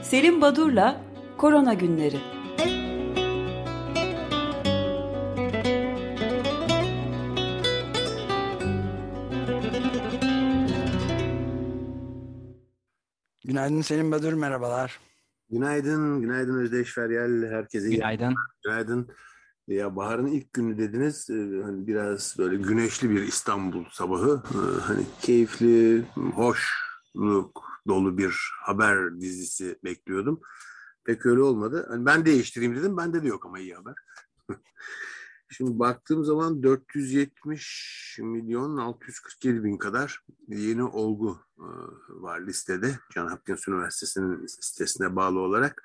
Selim Badur'la Korona Günleri. Günaydın Selim Badur, merhabalar. Günaydın Özdeş Feryal, herkese iyi akşamlar. Günaydın. Günaydın. Ya baharın ilk günü dediniz, hani biraz böyle güneşli bir İstanbul sabahı, hani keyifli, hoşluk dolu bir haber dizisi bekliyordum. Pek öyle olmadı. Hani ben değiştireyim dedim, bende de yok ama iyi haber. Şimdi baktığım zaman 470 milyon 647 bin kadar yeni olgu var listede. Johns Hopkins Üniversitesi'nin sitesine bağlı olarak.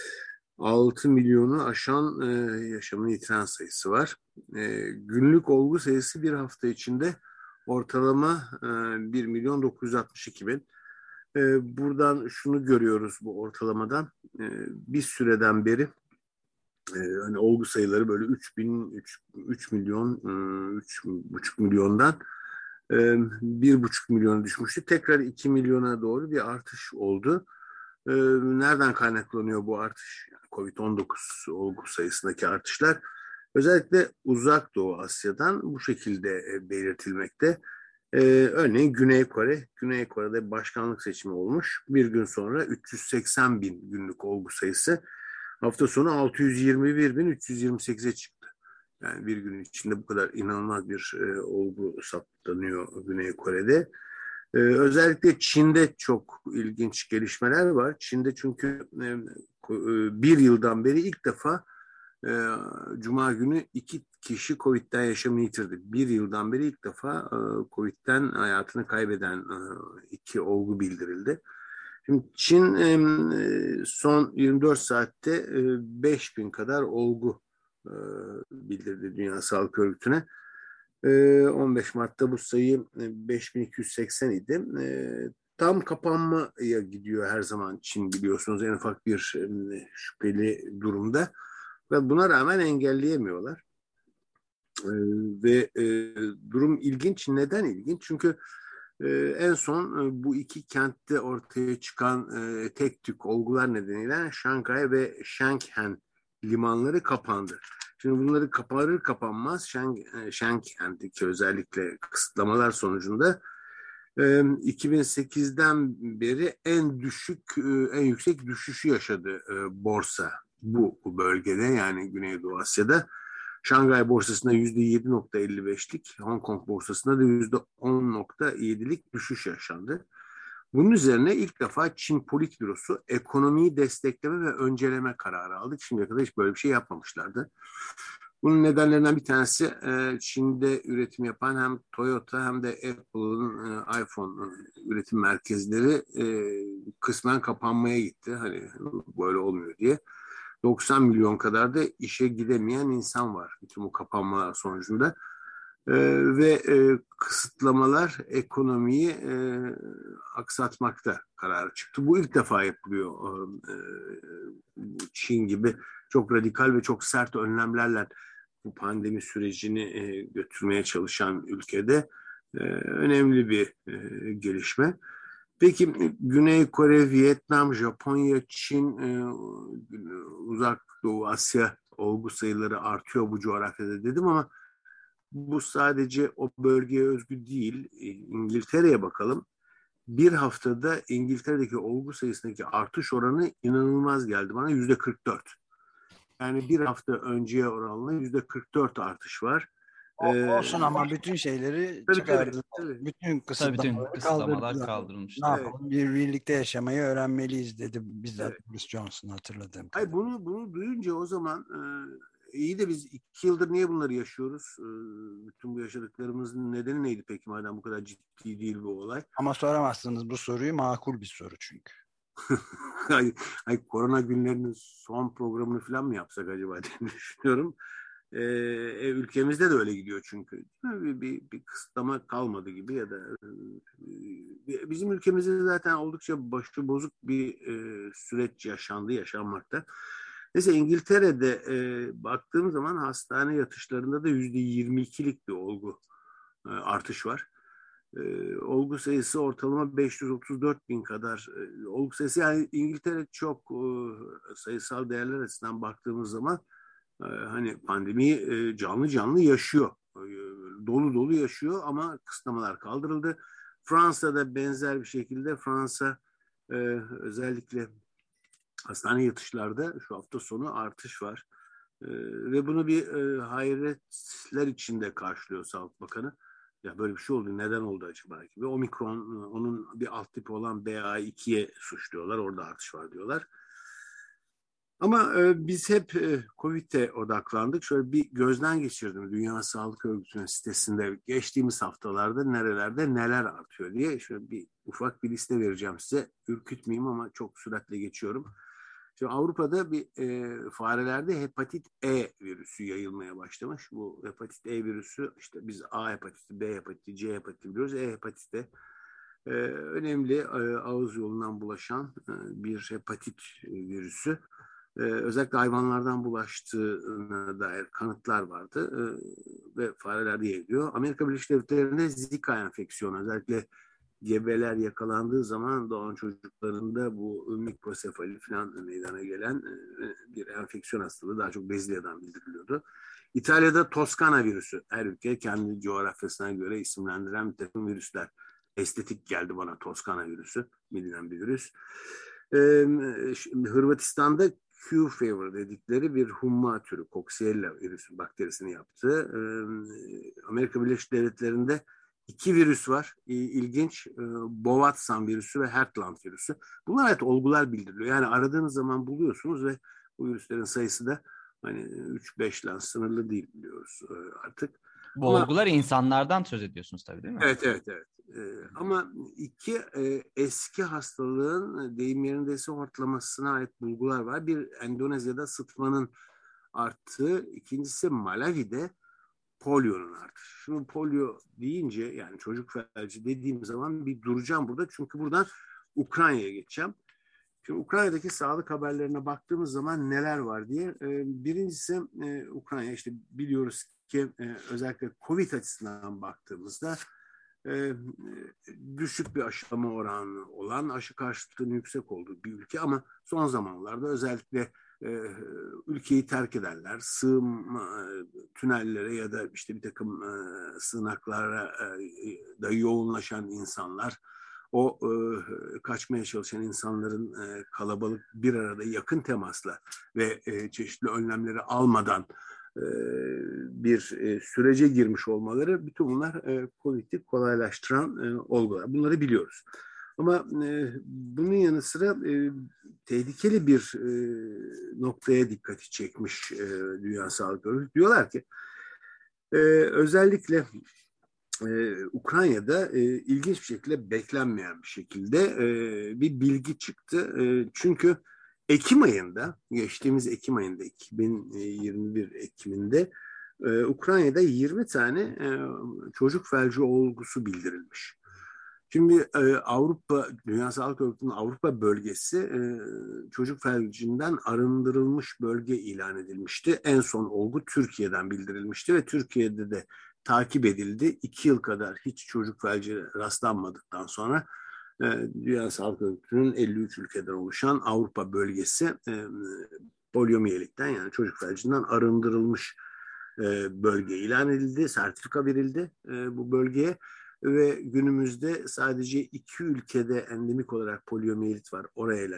6 milyonu aşan yaşamını yitiren sayısı var. Günlük olgu sayısı bir hafta içinde ortalama 1 milyon 962 bin. Buradan şunu görüyoruz bu ortalamadan. Bir süreden beri hani olgu sayıları böyle 3 milyon, 3,5 milyondan 1,5 milyona düşmüştü. Tekrar 2 milyona doğru bir artış oldu. Nereden kaynaklanıyor bu artış? Yani Covid-19 olgu sayısındaki artışlar özellikle Uzak Doğu Asya'dan bu şekilde belirtilmekte. Örneğin Güney Kore. Güney Kore'de başkanlık seçimi olmuş. Bir gün sonra 380 bin günlük olgu sayısı hafta sonu 621.328'e çıktı. Yani bir gün içinde bu kadar inanılmaz bir olgu saptanıyor Güney Kore'de. Özellikle Çin'de çok ilginç gelişmeler var. Çin'de çünkü bir yıldan beri ilk defa Cuma günü 2 kişi Covid'den yaşamını yitirdi. Bir yıldan beri ilk defa Covid'den hayatını kaybeden 2 olgu bildirildi. Şimdi Çin son 24 saatte 5 bin kadar olgu bildirdi Dünya Sağlık Örgütü'ne. 15 Mart'ta bu sayı 5280 idi. Tam kapanmaya gidiyor her zaman Çin, biliyorsunuz, en ufak bir şüpheli durumda. Ve buna rağmen engelleyemiyorlar. Ve durum ilginç. Neden ilginç? Çünkü en son bu iki kentte ortaya çıkan tek tük olgular nedeniyle Şanghay ve Shenzhen limanları kapandı. Şimdi bunları kapanır kapanmaz Shenzhen'deki özellikle kısıtlamalar sonucunda 2008'den beri en yüksek düşüşü yaşadı borsa bu bölgede, yani Güneydoğu Asya'da. Şanghay borsasında %7,55'lik, Hong Kong borsasında da %10,7'lik düşüş yaşandı. Bunun üzerine ilk defa Çin Politbürosu ekonomiyi destekleme ve önceleme kararı aldı. Şimdiye kadar hiç böyle bir şey yapmamışlardı. Bunun nedenlerinden bir tanesi Çin'de üretim yapan hem Toyota hem de Apple'ın iPhone üretim merkezleri kısmen kapanmaya gitti. Hani böyle olmuyor diye. 90 milyon kadar da işe gidemeyen insan var bütün bu kapanmalar sonucunda. Ve kısıtlamalar ekonomiyi aksatmakta kararı çıktı. Bu ilk defa yapılıyor. Çin gibi çok radikal ve çok sert önlemlerle bu pandemi sürecini götürmeye çalışan ülkede önemli bir gelişme. Peki Güney Kore, Vietnam, Japonya, Çin, Uzak Doğu Asya olgu sayıları artıyor bu coğrafyada dedim ama bu sadece o bölgeye özgü değil. İngiltere'ye bakalım. Bir haftada İngiltere'deki olgu sayısındaki artış oranı inanılmaz geldi bana, %44. Yani bir hafta önceye oranla %44 artış var. Olsun ama bütün şeyleri Tabii çıkardılar. tabii. Bütün Tabii bütün kısıtlamaları kısıtlamalar kaldırdılar. Ne kaldırılmıştı. Evet, yapalım? Birlikte yaşamayı öğrenmeliyiz dedi bizzat evet. Boris Johnson, hatırladığım Hayır, kadarıyla. bunu duyunca o zaman iyi de biz 2 yıldır niye bunları yaşıyoruz? Bütün bu yaşadıklarımızın nedeni neydi peki, madem bu kadar ciddi değil bu olay? Ama soramazsınız bu soruyu, makul bir soru çünkü. Korona günlerinin son programını falan mı yapsak acaba diye düşünüyorum. Ülkemizde de öyle gidiyor çünkü. Bir kısıtlama kalmadı gibi ya da bizim ülkemizde zaten oldukça başı bozuk bir süreç yaşanmakta. Neyse, İngiltere'de baktığım zaman hastane yatışlarında da %22'lik bir olgu artış var. Olgu sayısı ortalama 534 bin kadar olgu sayısı. Yani İngiltere çok sayısal değerler açısından baktığımız zaman hani pandemiyi canlı canlı yaşıyor. Dolu dolu yaşıyor ama kısıtlamalar kaldırıldı. Fransa'da benzer bir şekilde özellikle hastane yatışlarda şu hafta sonu artış var. Ve bunu bir hayretler içinde karşılıyor Sağlık Bakanı. Ya böyle bir şey oldu. Neden oldu acaba gibi. Omikron onun bir alt tipi olan BA2'ye suçluyorlar. Orada artış var diyorlar. Ama biz hep Covid'e odaklandık. Şöyle bir gözden geçirdim Dünya Sağlık Örgütü'nün sitesinde geçtiğimiz haftalarda nerelerde neler artıyor diye. Şöyle bir ufak bir liste vereceğim size. Ürkütmeyeyim ama çok süratle geçiyorum. Şimdi Avrupa'da farelerde hepatit E virüsü yayılmaya başlamış. Bu hepatit E virüsü işte biz A hepatiti, B hepatiti, C hepatiti biliyoruz. E hepatiti de önemli ağız yolundan bulaşan bir hepatit virüsü. Özellikle hayvanlardan bulaştığına dair kanıtlar vardı ve farelerde yayılıyor. Amerika Birleşik Devletleri'nde Zika enfeksiyonu özellikle gebeler yakalandığı zaman doğan çocuklarında bu mikrosefali falan meydana gelen bir enfeksiyon hastalığı daha çok Brezilya'dan bildiriliyordu. İtalya'da Toskana virüsü. Her ülke kendi coğrafyasına göre isimlendiren bir takım virüsler. Estetik geldi bana Toskana virüsü, bilinen bir virüs. Hırvatistan'da Q fever dedikleri bir humma türü, Coxiella virüsü bakterisini yaptı. Amerika Birleşik Devletleri'nde 2 virüs var. İlginç. Bovatsan virüsü ve Heartland virüsü. Bunlar evet olgular bildiriliyor. Yani aradığınız zaman buluyorsunuz ve bu virüslerin sayısı da hani 3-5 ile sınırlı değil biliyoruz artık. Bu Ama olgular insanlardan söz ediyorsunuz tabii değil mi? evet. Ama iki eski hastalığın deyim yerindeyse hortlamasına ait bulgular var. Bir Endonezya'da sıtmanın arttığı, ikincisi Malawi'de polionun artışı. Şimdi polio deyince yani çocuk felci dediğim zaman bir duracağım burada. Çünkü buradan Ukrayna'ya geçeceğim. Şimdi Ukrayna'daki sağlık haberlerine baktığımız zaman neler var diye. Birincisi Ukrayna işte biliyoruz ki özellikle Covid açısından baktığımızda düşük bir aşılama oranı olan, aşı karşıtlığının yüksek olduğu bir ülke ama son zamanlarda özellikle ülkeyi terk edenler, sığınma tünellere ya da işte bir takım sığınaklara da yoğunlaşan insanlar, o kaçmaya çalışan insanların kalabalık bir arada yakın temasla ve çeşitli önlemleri almadan bir sürece girmiş olmaları, bütün bunlar Covid'i kolaylaştıran olgular. Bunları biliyoruz. Ama bunun yanı sıra tehlikeli bir noktaya dikkati çekmiş Dünya Sağlık Örgütü. Diyorlar ki özellikle Ukrayna'da ilginç bir şekilde beklenmeyen bir şekilde bir bilgi çıktı. Çünkü geçtiğimiz Ekim ayında 2021 Ekim'inde Ukrayna'da 20 tane çocuk felci olgusu bildirilmiş. Şimdi Dünya Sağlık Örgütü'nün Avrupa bölgesi çocuk felcinden arındırılmış bölge ilan edilmişti. En son olgu Türkiye'den bildirilmişti ve Türkiye'de de takip edildi. 2 yıl kadar hiç çocuk felci rastlanmadıktan sonra Dünya Sağlık Örgütü'nün 53 ülkeden oluşan Avrupa bölgesi poliomiyelikten yani çocuk felcinden arındırılmış bölge ilan edildi, sertifika verildi bu bölgeye. Ve günümüzde sadece 2 ülkede endemik olarak poliomiyelit var. Orayla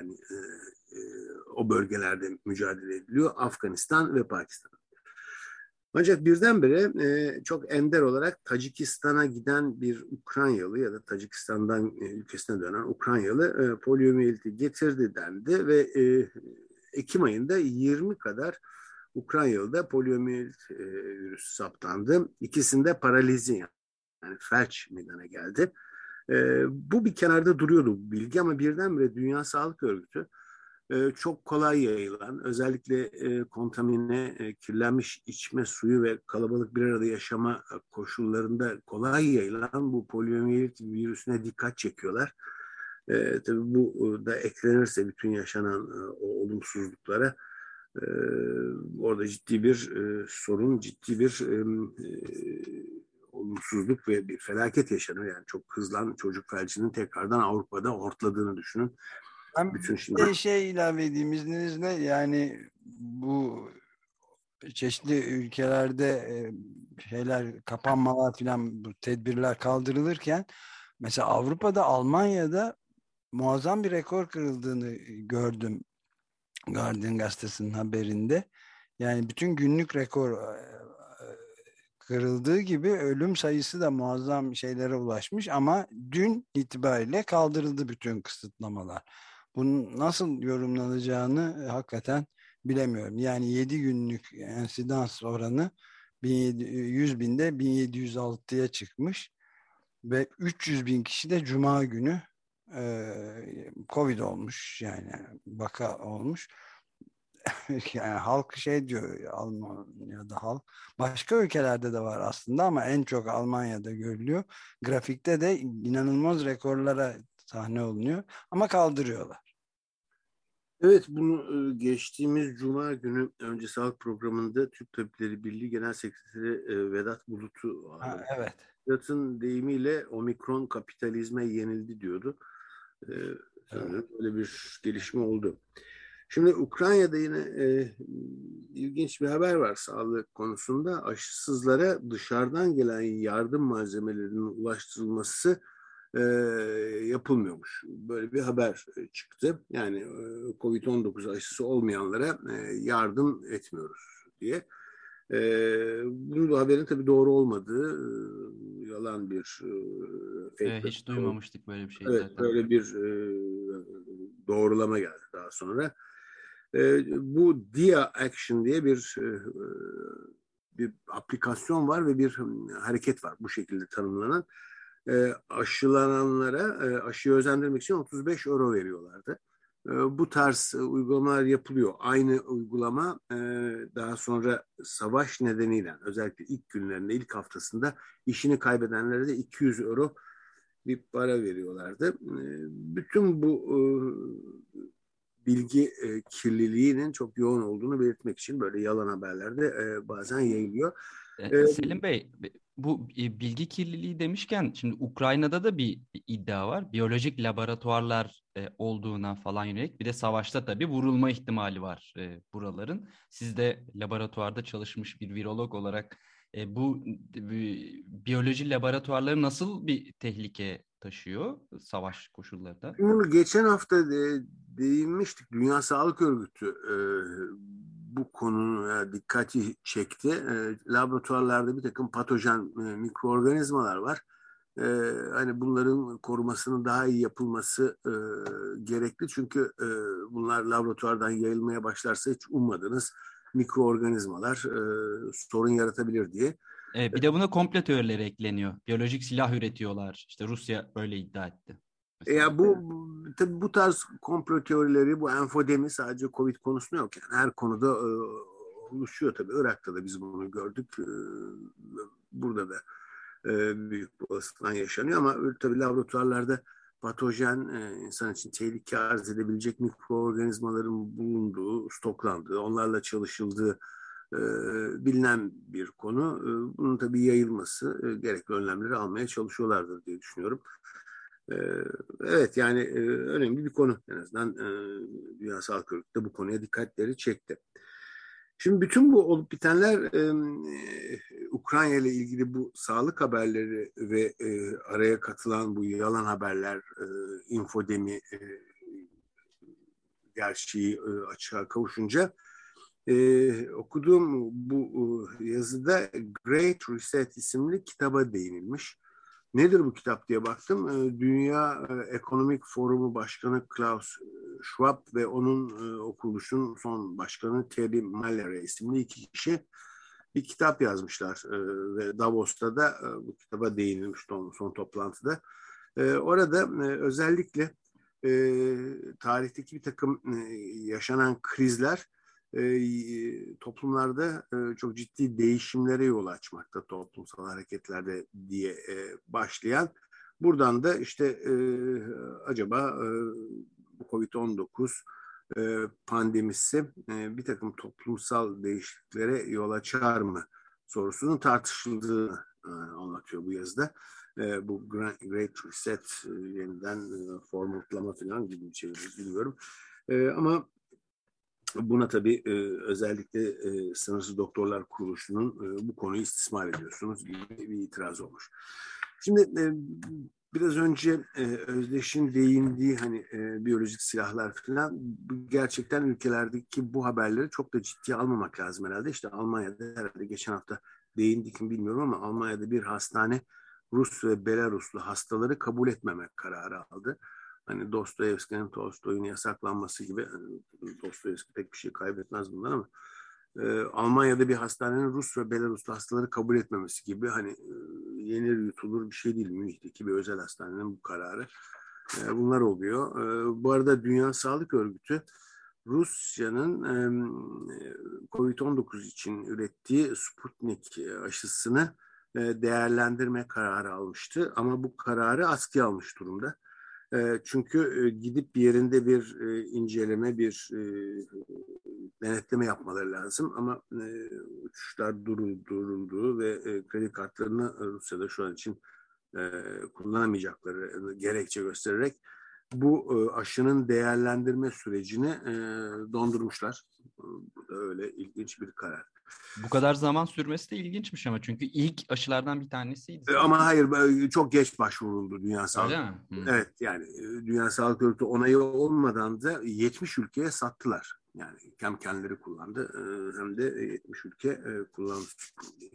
o bölgelerde mücadele ediliyor. Afganistan ve Pakistan. Ancak birdenbire çok ender olarak Tacikistan'a giden bir Ukraynalı ya da Tacikistan'dan ülkesine dönen Ukraynalı poliomiyeliti getirdi dendi ve Ekim ayında 20 kadar Ukraynalı'da poliomiyelit virüsü saptandı. İkisinde paralizi yani felç meydana geldi. Bu bir kenarda duruyordu bu bilgi ama birdenbire Dünya Sağlık Örgütü çok kolay yayılan, özellikle kontamine, kirlenmiş içme suyu ve kalabalık bir arada yaşama koşullarında kolay yayılan bu poliomiyelit virüsüne dikkat çekiyorlar. Tabii bu da eklenirse bütün yaşanan o olumsuzluklara orada ciddi bir sorun, ciddi bir olumsuzluk ve bir felaket yaşanıyor. Yani çok hızlan çocuk felcinin tekrardan Avrupa'da hortladığını düşünün. Ben Bütün bir şimdi de şey ilave edeyim izninizle, yani bu çeşitli ülkelerde şeyler, kapanmalar filan, bu tedbirler kaldırılırken mesela Avrupa'da, Almanya'da muazzam bir rekor kırıldığını gördüm Guardian gazetesinin haberinde. Yani bütün günlük rekor kırıldığı gibi ölüm sayısı da muazzam şeylere ulaşmış ama dün itibariyle kaldırıldı bütün kısıtlamalar. Bunun nasıl yorumlanacağını hakikaten bilemiyorum. Yani 7 günlük ensidans oranı 100 binde 1706'ya çıkmış ve 300 bin kişi de Cuma günü Covid olmuş, yani vaka olmuş. Yani halk şey diyor, Almanya'da halk, başka ülkelerde de var aslında ama en çok Almanya'da görülüyor. Grafikte de inanılmaz rekorlara sahne olunuyor ama kaldırıyorlar. evet, bunu geçtiğimiz Cuma günü önce sağlık programında Türk Tabipleri Birliği Genel Sekreteri Vedat Bulut'u ağırladık. Evet. Vedat'ın deyimiyle omikron kapitalizme yenildi diyordu. Sanırım öyle bir gelişme oldu. Şimdi Ukrayna'da yine ilginç bir haber var sağlık konusunda. Aşısızlara dışarıdan gelen yardım malzemelerinin ulaştırılması yapılmıyormuş. Böyle bir haber çıktı. Yani Covid-19 aşısı olmayanlara yardım etmiyoruz diye. Bu haberin tabii doğru olmadığı, yalan bir fake. Hiç duymamıştık böyle bir şey Evet, zaten. böyle bir doğrulama geldi daha sonra. Bu Dia Action diye bir aplikasyon var ve bir hareket var bu şekilde tanımlanan. Aşılananlara aşıyı özendirmek için 35 euro veriyorlardı. Bu tarz uygulamalar yapılıyor. Aynı uygulama daha sonra savaş nedeniyle özellikle ilk günlerinde, ilk haftasında işini kaybedenlere de 200 euro bir para veriyorlardı. Bütün bu bilgi kirliliğinin çok yoğun olduğunu belirtmek için böyle yalan haberler de bazen yayılıyor. Selim Bey, bu bilgi kirliliği demişken şimdi Ukrayna'da da bir iddia var. Biyolojik laboratuvarlar olduğuna falan yönelik. Bir de savaşta tabii vurulma ihtimali var buraların. Siz de laboratuvarda çalışmış bir virolog olarak bu biyoloji laboratuvarları nasıl bir tehlike taşıyor savaş koşullarında? Bunu geçen hafta değinmiştik. Dünya Sağlık Örgütü bu konuya dikkati çekti. Laboratuvarlarda bir takım patojen mikroorganizmalar var. Hani bunların korumasının daha iyi yapılması gerekli. Çünkü bunlar laboratuvardan yayılmaya başlarsa hiç ummadığınız mikroorganizmalar sorun yaratabilir diye. Bir de buna komplo teorileri ekleniyor. Biyolojik silah üretiyorlar. İşte Rusya böyle iddia etti. Mesela. Ya tabii bu tarz komplo teorileri, bu enfodemi sadece Covid konusunda yok. Yani her konuda oluşuyor tabii. Irak'ta da biz bunu gördük. Burada da büyük bir olasılıkla yaşanıyor ama tabii laboratuvarlarda patojen, insan için tehlike arz edebilecek mikroorganizmaların bulunduğu, stoklandığı, onlarla çalışıldığı bilinen bir konu. Bunun tabii yayılması, gerekli önlemleri almaya çalışıyorlardır diye düşünüyorum. Evet, yani önemli bir konu. En azından Dünya Sağlık Örgütü de bu konuya dikkatleri çekti. Şimdi bütün bu olup bitenler, Ukrayna ile ilgili bu sağlık haberleri ve araya katılan bu yalan haberler, infodemi gerçeği açığa kavuşunca okuduğum bu yazıda Great Reset isimli kitaba değinilmiş. Nedir bu kitap diye baktım. Dünya Ekonomik Forumu Başkanı Klaus Schwab ve onun okuluşun son başkanı Terry Mallory isimli iki kişi bir kitap yazmışlar. Ve Davos'ta da bu kitaba değinilmiş son toplantıda. Orada özellikle tarihteki bir takım yaşanan krizler toplumlarda çok ciddi değişimlere yol açmakta, toplumsal hareketlerde diye başlayan. Buradan da işte acaba bu Covid-19 pandemisi bir takım toplumsal değişikliklere yol açar mı sorusunun tartışıldığını anlatıyor bu yazıda. Bu Great Reset, yeniden formatlama falan gibi bir şey bilmiyorum. Ama buna tabii özellikle Sınırsız Doktorlar Kuruluşu'nun bu konuyu istismar ediyorsunuz gibi bir itiraz olmuş. Şimdi biraz önce Özdeş'in değindiği hani biyolojik silahlar falan, gerçekten ülkelerdeki bu haberleri çok da ciddiye almamak lazım herhalde. İşte Almanya'da herhalde geçen hafta değindik mi bilmiyorum ama Almanya'da bir hastane Rus ve Belaruslu hastaları kabul etmemek kararı aldı. Hani Dostoyevski'nin Tolstoy'un yasaklanması gibi, hani Dostoyevski pek bir şey kaybetmez bundan ama Almanya'da bir hastanenin Rus ve Belaruslu hastaları kabul etmemesi gibi, hani yenir yutulur bir şey değil. Münih'teki bir özel hastanenin bu kararı. Bunlar oluyor. Bu arada Dünya Sağlık Örgütü Rusya'nın COVID-19 için ürettiği Sputnik aşısını değerlendirme kararı almıştı. Ama bu kararı askıya almış durumda. Çünkü gidip bir yerinde bir inceleme, bir denetleme yapmaları lazım. Ama uçuşlar duruldu ve kredi kartlarını Rusya'da şu an için kullanamayacakları gerekçe göstererek bu aşının değerlendirme sürecini dondurmuşlar. Bu da öyle ilginç bir karar. Bu kadar zaman sürmesi de ilginçmiş ama çünkü ilk aşılardan bir tanesiydi. Ama hayır, çok geç başvuruldu Dünya Sağlık. Öyle mi? Evet, yani Dünya Sağlık Örgütü onayı olmadan da 70 ülkeye sattılar. Yani hem kendileri kullandı hem de 70 ülke kullanmış.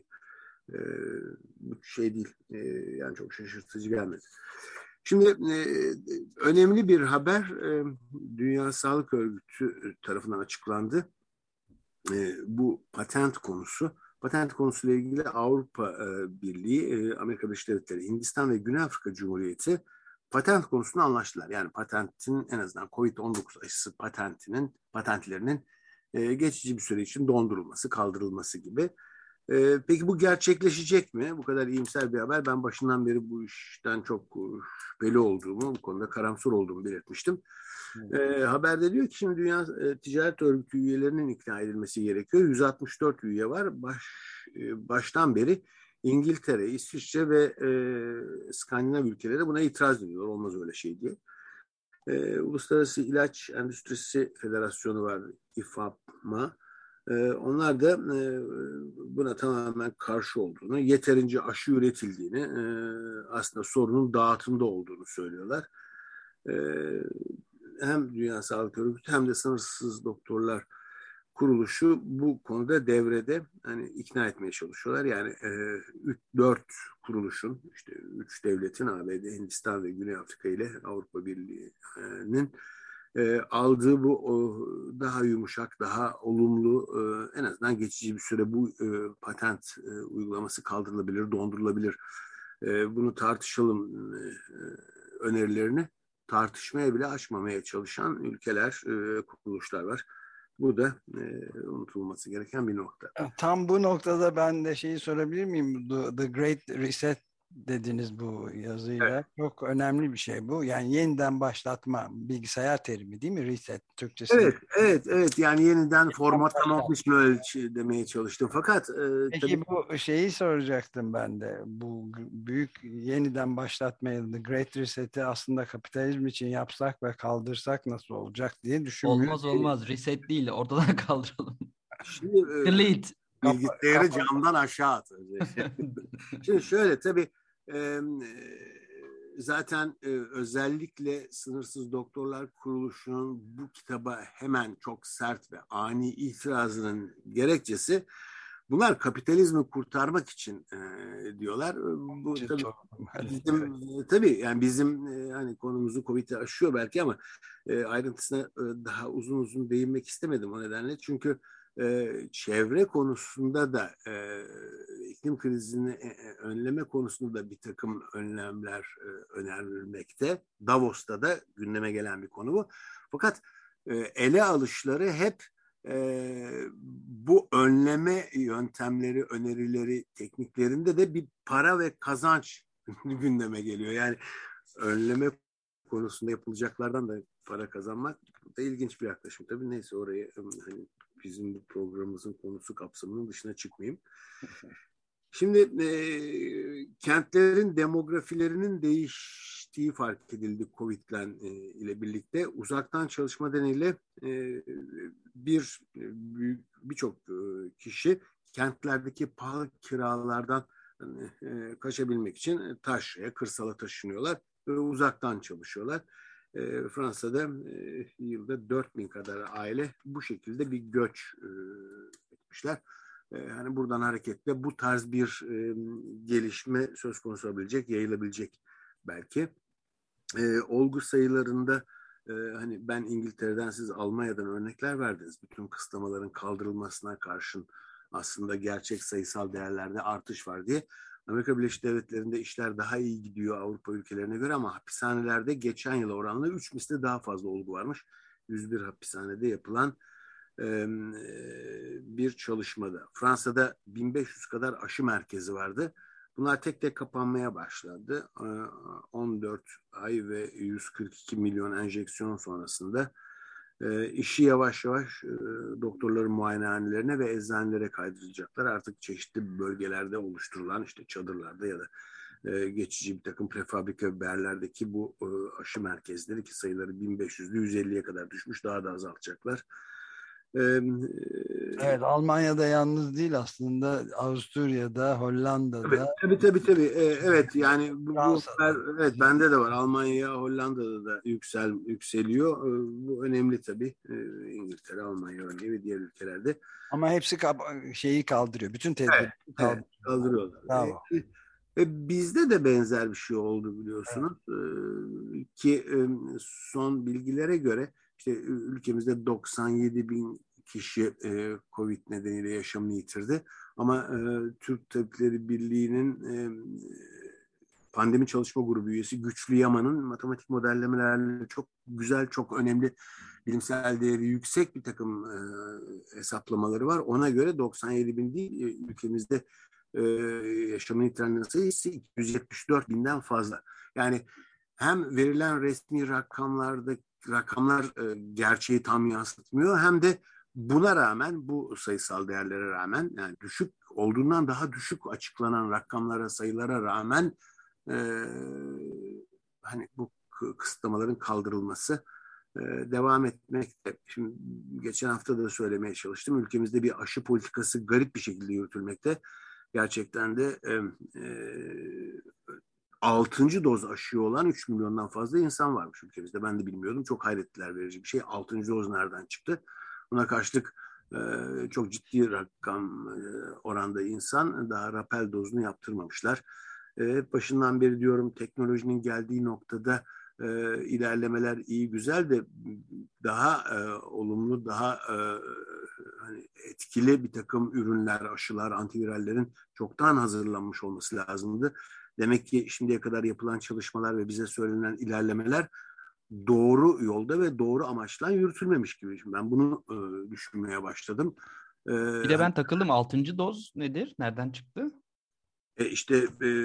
Bu şey değil. Yani çok şaşırtıcı gelmedi. Şimdi önemli bir haber Dünya Sağlık Örgütü tarafından açıklandı. Bu patent konusu. Patent konusuyla ilgili Avrupa Birliği, Amerika Birleşik Devletleri, Hindistan ve Güney Afrika Cumhuriyeti patent konusunda anlaştılar. Yani patentin, en azından COVID-19 aşısı patentlerinin geçici bir süre için dondurulması, kaldırılması gibi. Peki bu gerçekleşecek mi? Bu kadar iyimser bir haber. Ben başından beri bu işten çok şüpheli olduğumu, bu konuda karamsar olduğumu belirtmiştim. Haberde diyor ki şimdi Dünya Ticaret Örgütü üyelerinin ikna edilmesi gerekiyor. 164 üye var. Baştan beri İngiltere, İsviçre ve İskandinav ülkeleri buna itiraz ediyor. Olmaz öyle şey diye. Uluslararası İlaç Endüstrisi Federasyonu var, İFAPMA. Onlar da buna tamamen karşı olduğunu, yeterince aşı üretildiğini, aslında sorunun dağıtımda olduğunu söylüyorlar. Hem Dünya Sağlık Örgütü hem de Sınırsız Doktorlar Kuruluşu bu konuda devrede, hani ikna etmeye çalışıyorlar. Yani 4 kuruluşun, işte 3 devletin, ABD, Hindistan ve Güney Afrika ile Avrupa Birliği'nin aldığı bu daha yumuşak, daha olumlu, en azından geçici bir süre bu patent uygulaması kaldırılabilir, dondurulabilir. Bunu tartışalım önerilerini tartışmaya bile açmamaya çalışan ülkeler, kuruluşlar var. Bu da unutulması gereken bir nokta. Tam bu noktada ben de şeyi sorabilir miyim? The Great Reset dediniz bu yazıyla. Evet. Çok önemli bir şey bu. Yani yeniden başlatma, bilgisayar terimi değil mi? Reset Türkçesi. Evet. Yani yeniden formatlama için öyle demeye çalıştım. Fakat tabii... Peki bu şeyi soracaktım ben de. Bu büyük yeniden başlatmayı, The Great Reset'i aslında kapitalizm için yapsak ve kaldırsak nasıl olacak diye düşünmüyorum. Olmaz. Reset değil. Ortadan kaldıralım. Şimdi Delete. bilgisayarı camdan aşağı at. Şimdi şöyle tabii zaten özellikle Sınırsız Doktorlar Kuruluşu'nun bu kitaba hemen çok sert ve ani itirazının gerekçesi, bunlar kapitalizmi kurtarmak için diyorlar. Bu tabii bizim hani konumuzu COVID'i aşıyor belki ama ayrıntısına daha uzun değinmek istemedim o nedenle. Çünkü çevre konusunda da iklim krizini önleme konusunda da bir takım önlemler önerilmekte. Davos'ta da gündeme gelen bir konu bu. Fakat ele alışları hep bu önleme yöntemleri, önerileri, tekniklerinde de bir para ve kazanç gündeme geliyor. Yani önleme konusunda yapılacaklardan da para kazanmak da ilginç bir yaklaşım. Tabii neyse, orayı hani bizim bu programımızın konusu kapsamının dışına çıkmayayım. Şimdi kentlerin demografilerinin değiştiği fark edildi Covid'le ile birlikte. Uzaktan çalışma nedeniyle birçok kişi kentlerdeki pahalı kiralardan kaçabilmek için taşraya, kırsala taşınıyorlar ve uzaktan çalışıyorlar. Fransa'da yılda 4000 kadar aile bu şekilde bir göç etmişler. Yani buradan hareketle bu tarz bir gelişme söz konusu olabilecek, yayılabilecek belki. Olgu sayılarında hani ben İngiltere'den, siz Almanya'dan örnekler verdiniz. Bütün kısıtlamaların kaldırılmasına karşın aslında gerçek sayısal değerlerde artış var diye. Amerika Birleşik Devletleri'nde işler daha iyi gidiyor Avrupa ülkelerine göre ama hapishanelerde geçen yıla oranla 3 misli daha fazla olgu varmış. 101 hapishanede yapılan bir çalışmada. Fransa'da 1500 kadar aşı merkezi vardı. Bunlar tek tek kapanmaya başladı. 14 ay ve 142 milyon enjeksiyon sonrasında işi yavaş yavaş doktorların muayenehanelerine ve eczanelere kaydıracaklar. Artık çeşitli bölgelerde oluşturulan işte çadırlarda ya da geçici bir takım prefabrika berlerdeki bu aşı merkezleri ki sayıları 1500'lü 150'ye kadar düşmüş, daha da azaltacaklar. Evet, Almanya'da yalnız değil aslında, Avusturya'da, Hollanda'da. Tabii. Evet, yani Fransa'da. evet, bende de var. Almanya, Hollanda'da da yükseliyor. Bu önemli tabii. İngiltere, Almanya örneği ve diğer ülkelerde. Ama hepsi şeyi kaldırıyor. Bütün tedbirleri Evet, kaldırıyor. kaldırıyorlar. Bravo. Bizde de benzer bir şey oldu biliyorsunuz. Ki son bilgilere göre işte ülkemizde 97 bin kişi Covid nedeniyle yaşamını yitirdi. Ama Türk Tabipleri Birliği'nin pandemi çalışma grubu üyesi Güçlü Yaman'ın matematik modellemelerle çok güzel, çok önemli, bilimsel değeri yüksek bir takım hesaplamaları var. Ona göre 97 bin değil, ülkemizde yaşamını yitirenlerin sayısı 274 binden fazla. Yani hem verilen resmi rakamlar gerçeği tam yansıtmıyor, hem de buna rağmen, bu sayısal değerlere rağmen, yani düşük olduğundan daha düşük açıklanan rakamlara, sayılara rağmen hani bu kısıtlamaların kaldırılması devam etmekte. Şimdi geçen hafta da söylemeye çalıştım. Ülkemizde bir aşı politikası garip bir şekilde yürütülmekte. Gerçekten de 6. doz aşıyı olan 3 milyondan fazla insan varmış ülkemizde. Ben de bilmiyordum. Çok hayretler verici bir şey. 6. doz nereden çıktı? Buna karşılık çok ciddi rakam oranda insan daha rapel dozunu yaptırmamışlar. Başından beri diyorum, teknolojinin geldiği noktada ilerlemeler iyi güzel de daha olumlu, daha hani etkili bir takım ürünler, aşılar, antivirallerin çoktan hazırlanmış olması lazımdı. Demek ki şimdiye kadar yapılan çalışmalar ve bize söylenen ilerlemeler doğru yolda ve doğru amaçla yürütülmemiş gibi. Şimdi ben bunu düşünmeye başladım. Bir de ben takıldım. 6. doz nedir? Nereden çıktı? İşte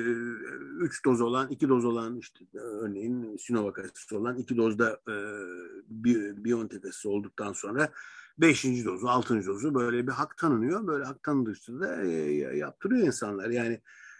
3 doz olan, 2 doz olan, işte örneğin Sinovac aşısı olan 2 dozda BioNTech aşısı olduktan sonra 5. dozu, 6. dozu böyle bir hak tanınıyor. Böyle hak tanındıkça da yaptırıyor insanlar. Yani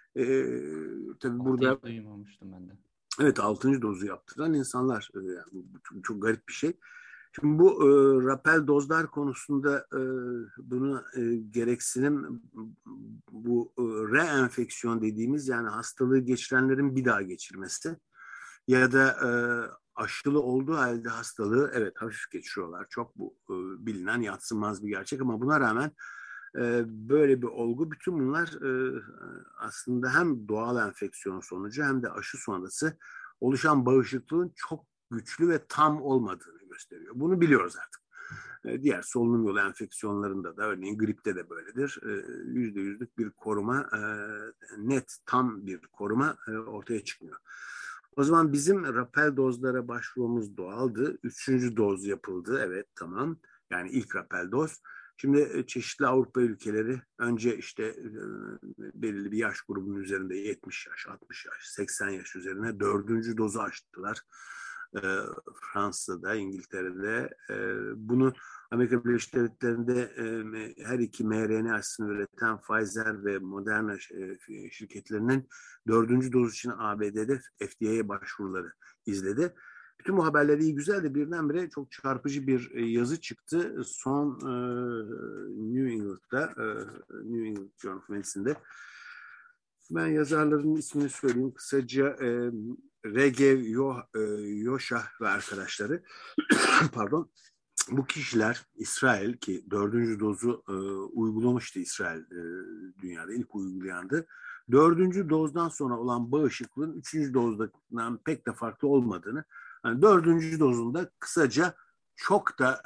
tabii burada duymamıştım ben de. evet, 6. dozu yaptıran insanlar. Yani bu çok garip bir şey. Şimdi bu rapel dozlar konusunda bunu gereksinim, bu reenfeksiyon dediğimiz, yani hastalığı geçirenlerin bir daha geçirmesi ya da aşılı olduğu halde hastalığı evet hafif geçiriyorlar. Çok bu bilinen yadsınmaz bir gerçek ama buna rağmen böyle bir olgu, bütün bunlar aslında hem doğal enfeksiyon sonucu hem de aşı sonrası oluşan bağışıklığın çok güçlü ve tam olmadığını gösteriyor. Bunu biliyoruz artık. Diğer solunum yolu enfeksiyonlarında da, örneğin gripte de böyledir. %100'lük bir koruma, net, tam bir koruma ortaya çıkmıyor. O zaman bizim rapel dozlara başvurmamız doğaldı. 3. doz yapıldı. Evet, tamam. Yani ilk rapel doz. Şimdi çeşitli Avrupa ülkeleri önce işte belirli bir yaş grubunun üzerinde, 70 yaş, 60 yaş, 80 yaş üzerine 4. dozu açtılar. Fransa'da, İngiltere'de. Bunu Amerika Birleşik Devletleri'nde her iki mRNA aşısını üreten Pfizer ve Moderna şirketlerinin 4. doz için ABD'de FDA'ye başvuruları izledi. Bütün bu haberler iyi güzel de birdenbire çok çarpıcı bir yazı çıktı. Son New England Journal of Medicine'de. Ben yazarların ismini söyleyeyim kısaca. Regev Yoshah ve arkadaşları pardon, bu kişiler İsrail ki 4. dozu uygulamıştı İsrail, dünyada ilk uygulayandı. 4. dozdan sonra olan bağışıklığın 3. dozdan pek de farklı olmadığını, yani 4. dozunda kısaca çok da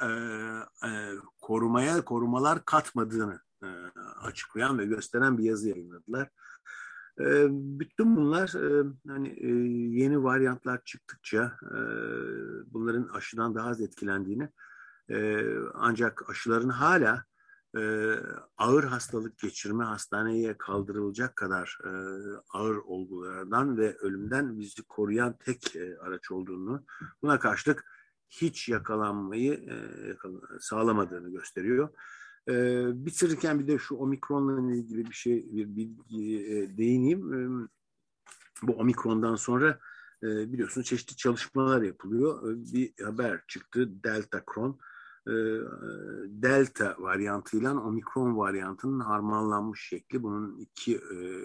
korumalar katmadığını açıklayan ve gösteren bir yazı yayınladılar. Bütün bunlar hani yeni varyantlar çıktıkça bunların aşıdan daha az etkilendiğini, ancak aşıların hala ağır hastalık geçirme, hastaneye kaldırılacak kadar ağır olgulardan ve ölümden bizi koruyan tek araç olduğunu, buna karşılık hiç yakalanmayı sağlamadığını gösteriyor. Bitirirken bir de şu omikronla ilgili bir bilgi değineyim. Bu omikrondan sonra biliyorsunuz çeşitli çalışmalar yapılıyor. Bir haber çıktı, Deltacron. Delta varyantıyla omikron varyantının harmanlanmış şekli, bunun iki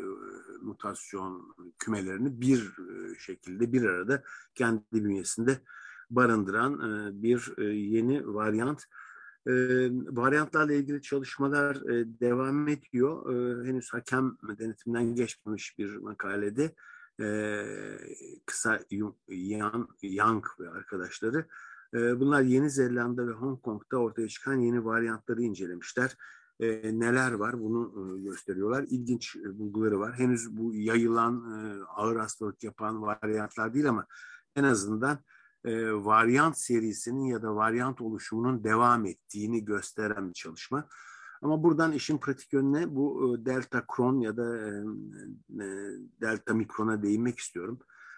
mutasyon kümelerini bir şekilde bir arada kendi bünyesinde barındıran bir yeni varyant. Varyantlarla ilgili çalışmalar devam ediyor. Henüz hakem denetiminden geçmemiş bir makalede kısa Young ve arkadaşları bunlar Yeni Zelanda ve Hong Kong'da ortaya çıkan yeni varyantları incelemişler. Neler var bunu gösteriyorlar. İlginç bulguları var. Henüz bu yayılan, ağır hastalık yapan varyantlar değil ama en azından varyant serisinin ya da varyant oluşumunun devam ettiğini gösteren bir çalışma. Ama buradan işin pratik yönüne bu Delta Kron ya da Delta Mikron'a değinmek istiyorum.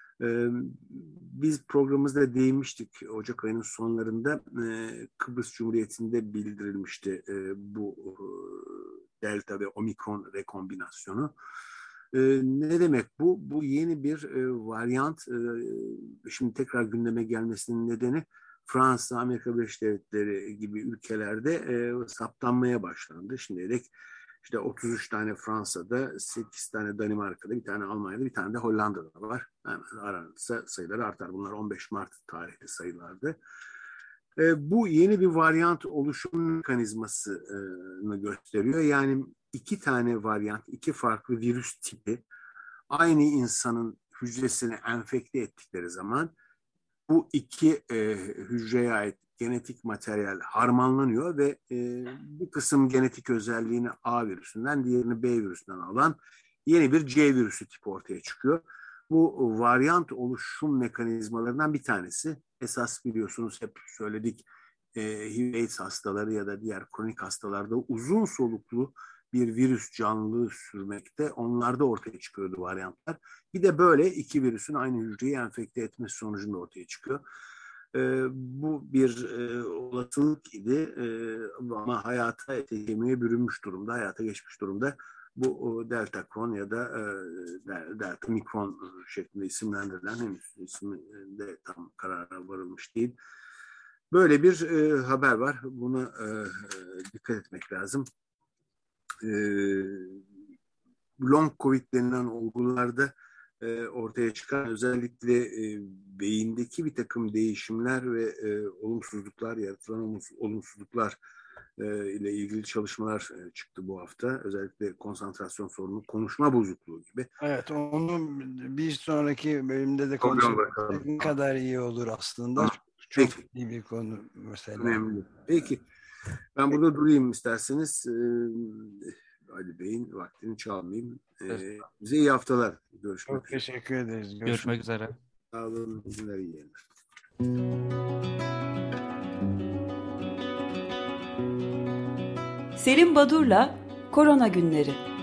Biz programımızda değinmiştik, Ocak ayının sonlarında Kıbrıs Cumhuriyeti'nde bildirilmişti bu Delta ve Omikron rekombinasyonu. Ne demek bu? Bu yeni bir varyant. Şimdi tekrar gündeme gelmesinin nedeni Fransa, Amerika Birleşik Devletleri gibi ülkelerde saptanmaya başlandı. Şimdilik işte 33 tane Fransa'da, 8 tane Danimarka'da, bir tane Almanya'da, bir tane de Hollanda'da var. Yani aranırsa sayıları artar. Bunlar 15 Mart tarihli sayılardı. Bu yeni bir varyant oluşum mekanizmasını gösteriyor. Yani 2 tane varyant, 2 farklı virüs tipi aynı insanın hücresini enfekte ettikleri zaman bu 2 hücreye ait genetik materyal harmanlanıyor ve bir kısım genetik özelliğini A virüsünden, diğerini B virüsünden alan yeni bir C virüsü tipi ortaya çıkıyor. Bu varyant oluşum mekanizmalarından bir tanesi. Esas biliyorsunuz hep söyledik, HIV/AIDS hastaları ya da diğer kronik hastalarda uzun soluklu bir virüs canlılığı sürmekte. Onlarda ortaya çıkıyordu varyantlar. Bir de böyle 2 virüsün aynı hücreyi enfekte etmesi sonucunda ortaya çıkıyor. Bu bir olasılık idi ama hayata, ete kemiğe bürünmüş durumda, hayata geçmiş durumda. Bu Delta Kron ya da Delta Mikron şeklinde isimlendirilen, henüz isminde tam karara varılmış değil. Böyle bir haber var. Buna dikkat etmek lazım. Long Covid denilen olgularda ortaya çıkan özellikle beyindeki bir takım değişimler ve olumsuzluklar, yaratılan olumsuzluklar ile ilgili çalışmalar çıktı bu hafta. Özellikle konsantrasyon sorunu, konuşma bozukluğu gibi. Evet, onu bir sonraki bölümde de konuşalım. Ne kadar iyi olur aslında. Çok iyi bir konu mesela. Önemli. Peki. Ben burada durayım isterseniz. Ali Bey'in vaktini çalmayayım. Bize iyi haftalar. Görüşmek üzere. Çok teşekkür ederiz. Görüşmek üzere. Sağ olun. Günler iyi yayınlar. Selim Badur'la Korona Günleri.